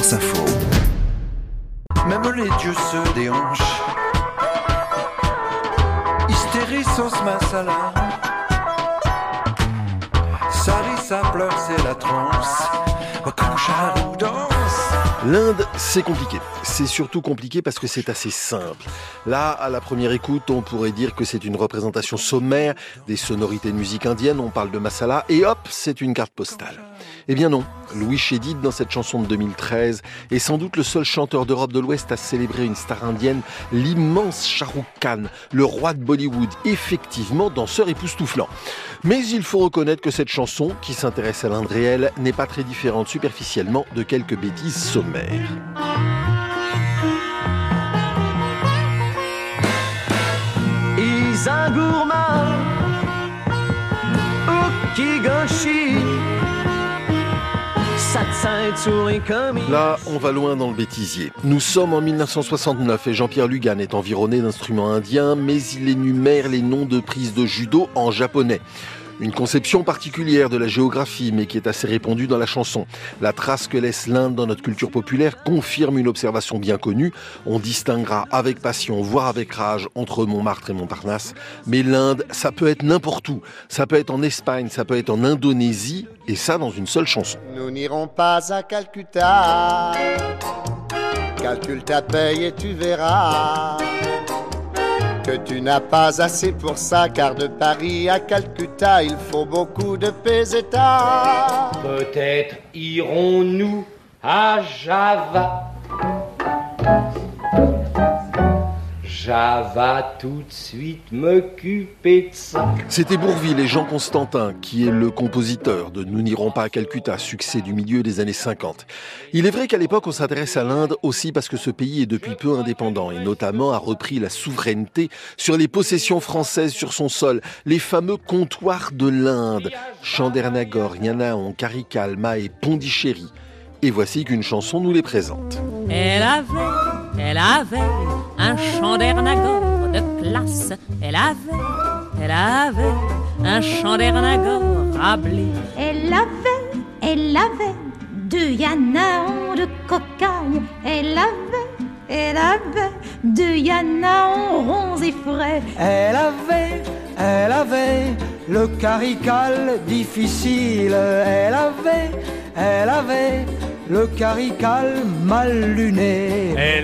France Info. Même les dieux se déhanchent. Hystérie sauce masala. Sarissa pleure, c'est la transe. Quand Charou danse. L'Inde, c'est compliqué. C'est surtout compliqué parce que c'est assez simple. Là, à la première écoute, on pourrait dire que c'est une représentation sommaire des sonorités de musique indienne. On parle de masala et hop, c'est une carte postale. Eh bien non, Louis Chédid, dans cette chanson de 2013, est sans doute le seul chanteur d'Europe de l'Ouest à célébrer une star indienne, l'immense Shah Rukh Khan, le roi de Bollywood, effectivement danseur époustouflant. Mais il faut reconnaître que cette chanson, qui s'intéresse à l'Inde réelle, n'est pas très différente superficiellement de quelques bêtises sommaires. Isangurma Ukigoshi. Là, on va loin dans le bêtisier. Nous sommes en 1969 et Jean-Pierre Lugan est environné d'instruments indiens, mais il énumère les noms de prises de judo en japonais. Une conception particulière de la géographie, mais qui est assez répandue dans la chanson. La trace que laisse l'Inde dans notre culture populaire confirme une observation bien connue. On distinguera avec passion, voire avec rage, entre Montmartre et Montparnasse. Mais l'Inde, ça peut être n'importe où. Ça peut être en Espagne, ça peut être en Indonésie, et ça dans une seule chanson. Nous n'irons pas à Calcutta. Calcule ta paye et tu verras que tu n'as pas assez pour ça, car de Paris à Calcutta, il faut beaucoup de pesetas. Peut-être irons-nous à Java. Java tout de suite m'occuper de ça. C'était Bourvil et Jean Constantin, qui est le compositeur de Nous n'irons pas à Calcutta, succès du milieu des années 50. Il est vrai qu'à l'époque, on s'intéresse à l'Inde aussi parce que ce pays est depuis peu indépendant et notamment a repris la souveraineté sur les possessions françaises sur son sol, les fameux comptoirs de l'Inde, Chandernagore, Yanaon, Karikal, et Pondichéry. Et voici qu'une chanson nous les présente. Elle avait un Chandernagore de classe. Elle avait un Chandernagore rablé. Elle avait 2 Yanaons de cocagne. Elle avait 2 Yanaons ronds et frais. Elle avait le carical difficile. Elle avait le carical mal luné. Elle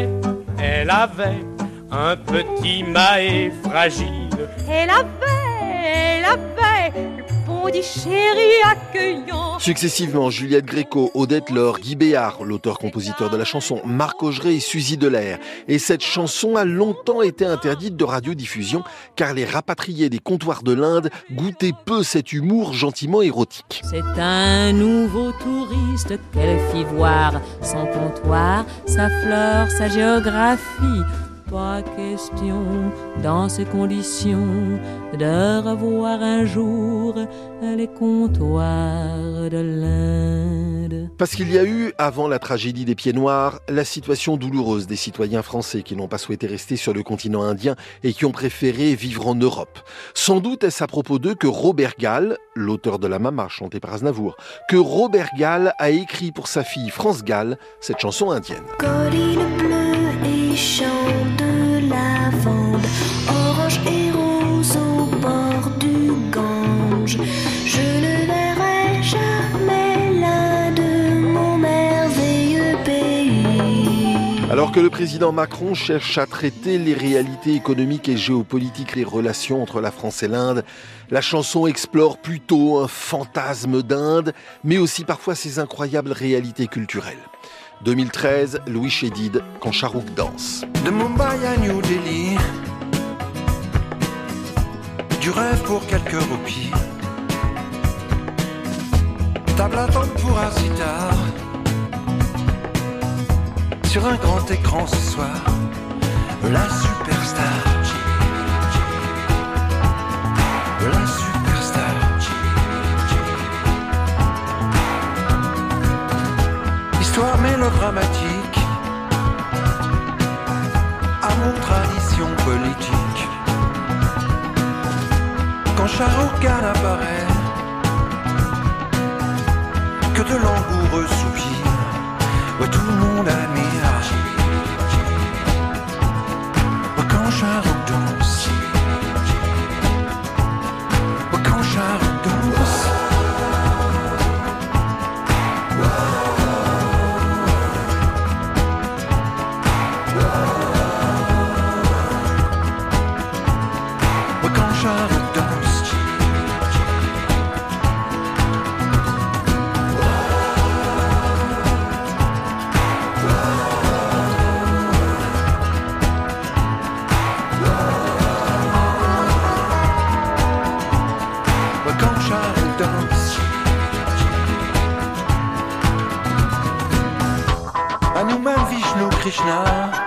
avait un petit mahé fragile. Elle avait le Pondichéry accueillant. Successivement, Juliette Gréco, Odette Laure, Guy Béard, l'auteur-compositeur de la chanson, Marc Augeret et Suzy Delair. Et cette chanson a longtemps été interdite de radiodiffusion car les rapatriés des comptoirs de l'Inde goûtaient peu cet humour gentiment érotique. C'est un nouveau touriste qu'elle fit voir son comptoir, sa flore, sa géographie. Pas question, dans ces conditions, de revoir un jour les comptoirs de l'Inde. Parce qu'il y a eu, avant la tragédie des Pieds Noirs, la situation douloureuse des citoyens français qui n'ont pas souhaité rester sur le continent indien et qui ont préféré vivre en Europe. Sans doute est-ce à propos d'eux que Robert Gall, l'auteur de La Mama, chantée par Aznavour, que Robert Gall a écrit pour sa fille France Gall cette chanson indienne. Colline bleue et champ de lavande, orange et rose au bord du Gange. Je ne verrai jamais l'Inde, mon merveilleux pays. Alors que le président Macron cherche à traiter les réalités économiques et géopolitiques, les relations entre la France et l'Inde, la chanson explore plutôt un fantasme d'Inde, mais aussi parfois ses incroyables réalités culturelles. 2013, Louis Chédid, Quand Shah Rukh danse. De Mumbai à New Delhi, du rêve pour quelques roupies, table attente pour un sitar, sur un grand écran ce soir, la superstar. La superstar. Histoire mélodramatique, amour, tradition politique. Quand Shah Rukh Khan apparaît, que de langoureux soupirs, ouais, tout le monde admire. Ouais, quand Charouk danse, ouais, quand Charouk danse. Ouais, quand Charouk danse. Quand Charouk danse, Hanuman, Vishnu, Krishna,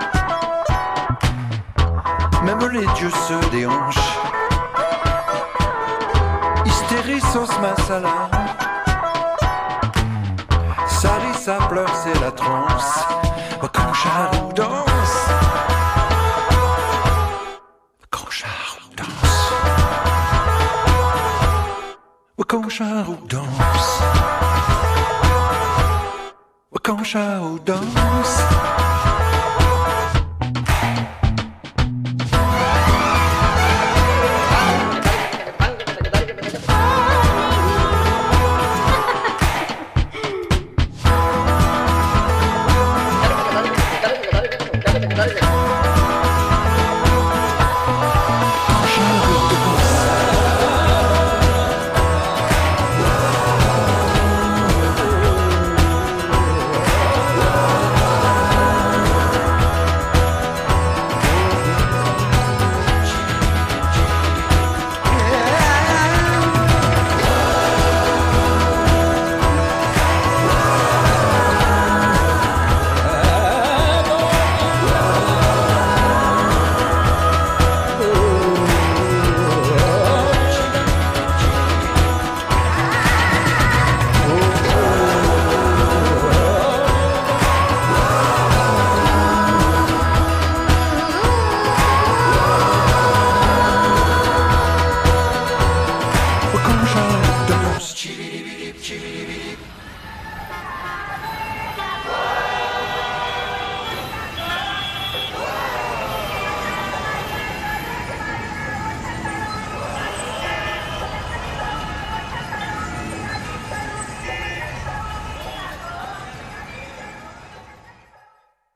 même les dieux se déhanchent. Hystérie, sauce masala, Sarissa pleure, c'est la transe. Quand Charouk danse, quand Charouk danse. Quand Charouk danse, quand Charouk danse. Dale.